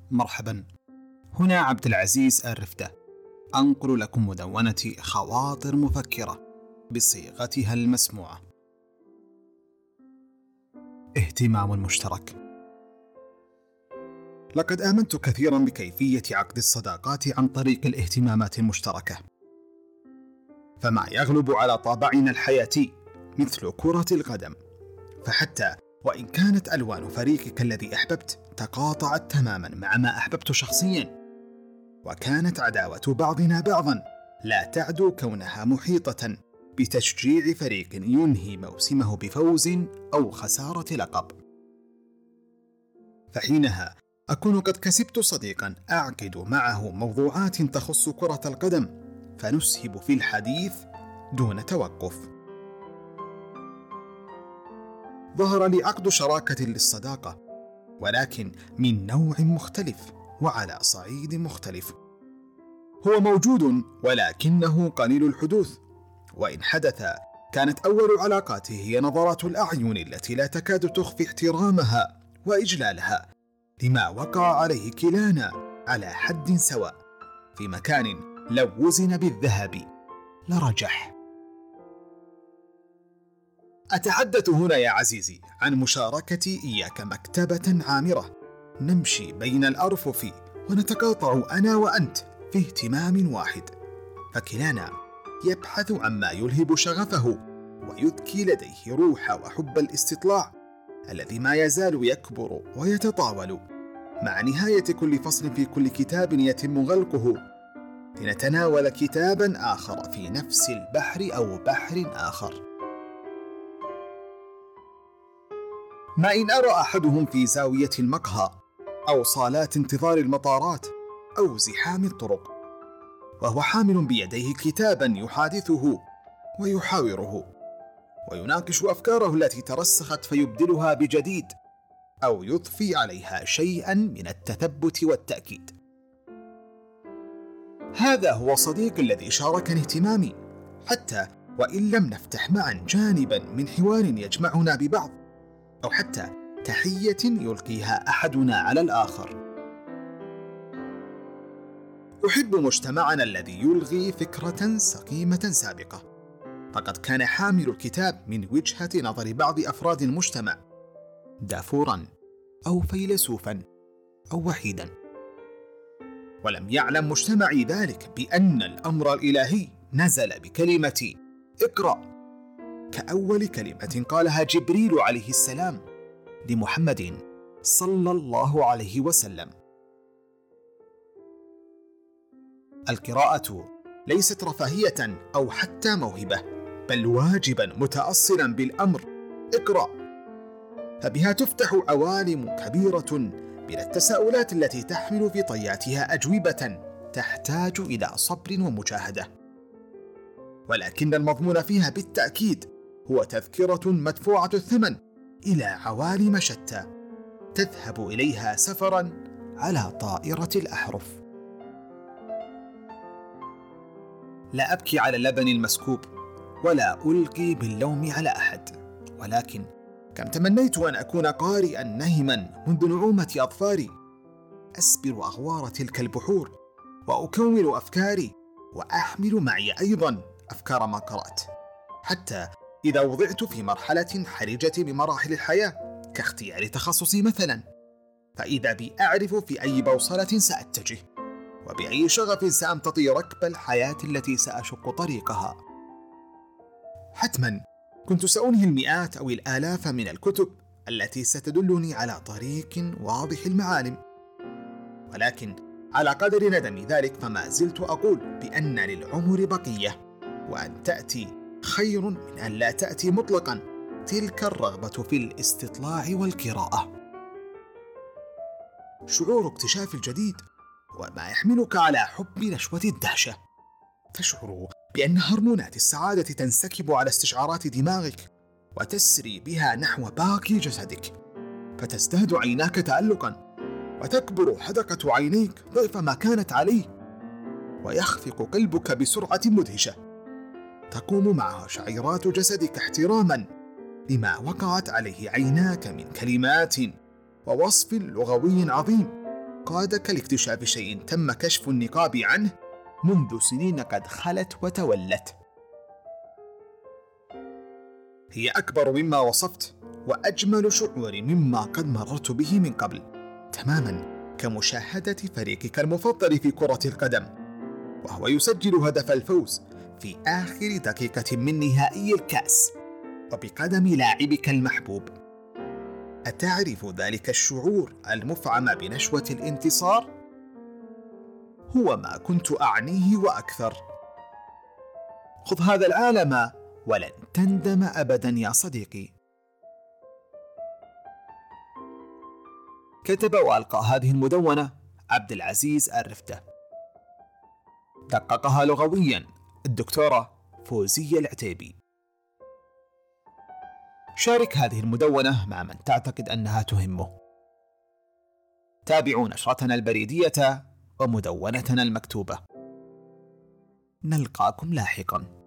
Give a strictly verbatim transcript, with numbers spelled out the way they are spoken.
مرحبا، هنا عبد العزيز الرفدة، أنقل لكم مدونة خواطر مفكرة بصيغتها المسموعة. اهتمام مشترك. لقد آمنت كثيرا بكيفية عقد الصداقات عن طريق الاهتمامات المشتركة، فما يغلب على طابعنا الحياتي مثل كرة القدم، فحتى وإن كانت ألوان فريقك الذي أحببت تقاطعت تماما مع ما أحببت شخصيا، وكانت عداوة بعضنا بعضا لا تعدو كونها محيطة بتشجيع فريق ينهي موسمه بفوز أو خسارة لقب، فحينها أكون قد كسبت صديقا أعقد معه موضوعات تخص كرة القدم، فنسهب في الحديث دون توقف. ظهر لي عقد شراكة للصداقة، ولكن من نوع مختلف وعلى صعيد مختلف. هو موجود ولكنه قليل الحدوث، وإن حدث كانت أول علاقاته هي نظرات الأعين التي لا تكاد تخفي احترامها وإجلالها لما وقع عليه كلانا على حد سواء في مكان لو وزن بالذهب لرجح. أتحدث هنا يا عزيزي عن مشاركتي إياك مكتبة عامرة نمشي بين الأرفف ونتقاطع أنا وأنت في اهتمام واحد، فكلانا يبحث عما يلهب شغفه ويذكي لديه روح وحب الاستطلاع الذي ما يزال يكبر ويتطاول، مع نهاية كل فصل في كل كتاب يتم غلقه لنتناول كتابا آخر في نفس البحر أو بحر آخر. ما إن أرى أحدهم في زاوية المقهى أو صالات انتظار المطارات أو زحام الطرق وهو حامل بيديه كتابا يحادثه ويحاوره ويناقش أفكاره التي ترسخت فيبدلها بجديد أو يضفي عليها شيئا من التثبت والتأكيد. هذا هو صديقي الذي شاركني اهتمامي، حتى وإن لم نفتح معا جانبا من حوار يجمعنا ببعض أو حتى تحية يلقيها أحدنا على الآخر. أحب مجتمعنا الذي يلغي فكرة سقيمة سابقة، فقد كان حامل الكتاب من وجهة نظر بعض أفراد المجتمع دافورا أو فيلسوفا أو وحيدا، ولم يعلم مجتمعي ذلك بأن الأمر الإلهي نزل بكلمة اقرأ كأول كلمة قالها جبريل عليه السلام لمحمد صلى الله عليه وسلم. القراءة ليست رفاهية أو حتى موهبة، بل واجبا متأصلا بالأمر اقرأ، فبها تفتح عوالم كبيرة من التساؤلات التي تحمل في طياتها أجوبة تحتاج إلى صبر ومجاهدة، ولكن المضمون فيها بالتأكيد هو تذكرة مدفوعة الثمن إلى عوالم شتى تذهب إليها سفرا على طائرة الأحرف. لا أبكي على اللبن المسكوب ولا ألقي باللوم على أحد، ولكن كم تمنيت أن أكون قارئا نهما منذ نعومة أظفاري، أسبر أغوار تلك البحور وأكون أفكاري وأحمل معي أيضا أفكار ما قرأت، حتى إذا وضعت في مرحلة حرجة بمراحل الحياة كاختيار تخصصي مثلا، فإذا بي أعرف في أي بوصلة سأتجه وبأي شغف سأمتطي ركب الحياة التي سأشق طريقها. حتما كنت سأنهي المئات أو الآلاف من الكتب التي ستدلني على طريق واضح المعالم، ولكن على قدر ندم ذلك فما زلت أقول بأن للعمر بقية، وأن تأتي خير من أن لا تأتي مطلقا تلك الرغبة في الاستطلاع والقراءة. شعور اكتشاف الجديد وما يحملك على حب نشوة الدهشة، تشعر بأن هرمونات السعادة تنسكب على استشعارات دماغك وتسري بها نحو باقي جسدك، فتزداد عيناك تألقا وتكبر حدقة عينيك ضعف ما كانت عليه، ويخفق قلبك بسرعة مدهشة تقوم معها شعيرات جسدك احتراما لما وقعت عليه عيناك من كلمات ووصف لغوي عظيم قادك لاكتشاف شيء تم كشف النقاب عنه منذ سنين قد خلت وتولت. هي أكبر مما وصفت وأجمل شعور مما قد مررت به من قبل، تماما كمشاهدة فريقك المفضل في كرة القدم وهو يسجل هدف الفوز في آخر دقيقة من نهائي الكأس وبقدم لاعبك المحبوب. أتعرف ذلك الشعور المفعم بنشوة الانتصار؟ هو ما كنت أعنيه وأكثر. خذ هذا العالم ولن تندم أبدا يا صديقي. كتب وألقى هذه المدونة عبد العزيز الرفدة، دققها لغويا الدكتورة فوزية العتيبي. شارك هذه المدونة مع من تعتقد أنها تهمه. تابعوا نشرتنا البريدية ومدونتنا المكتوبة. نلقاكم لاحقا.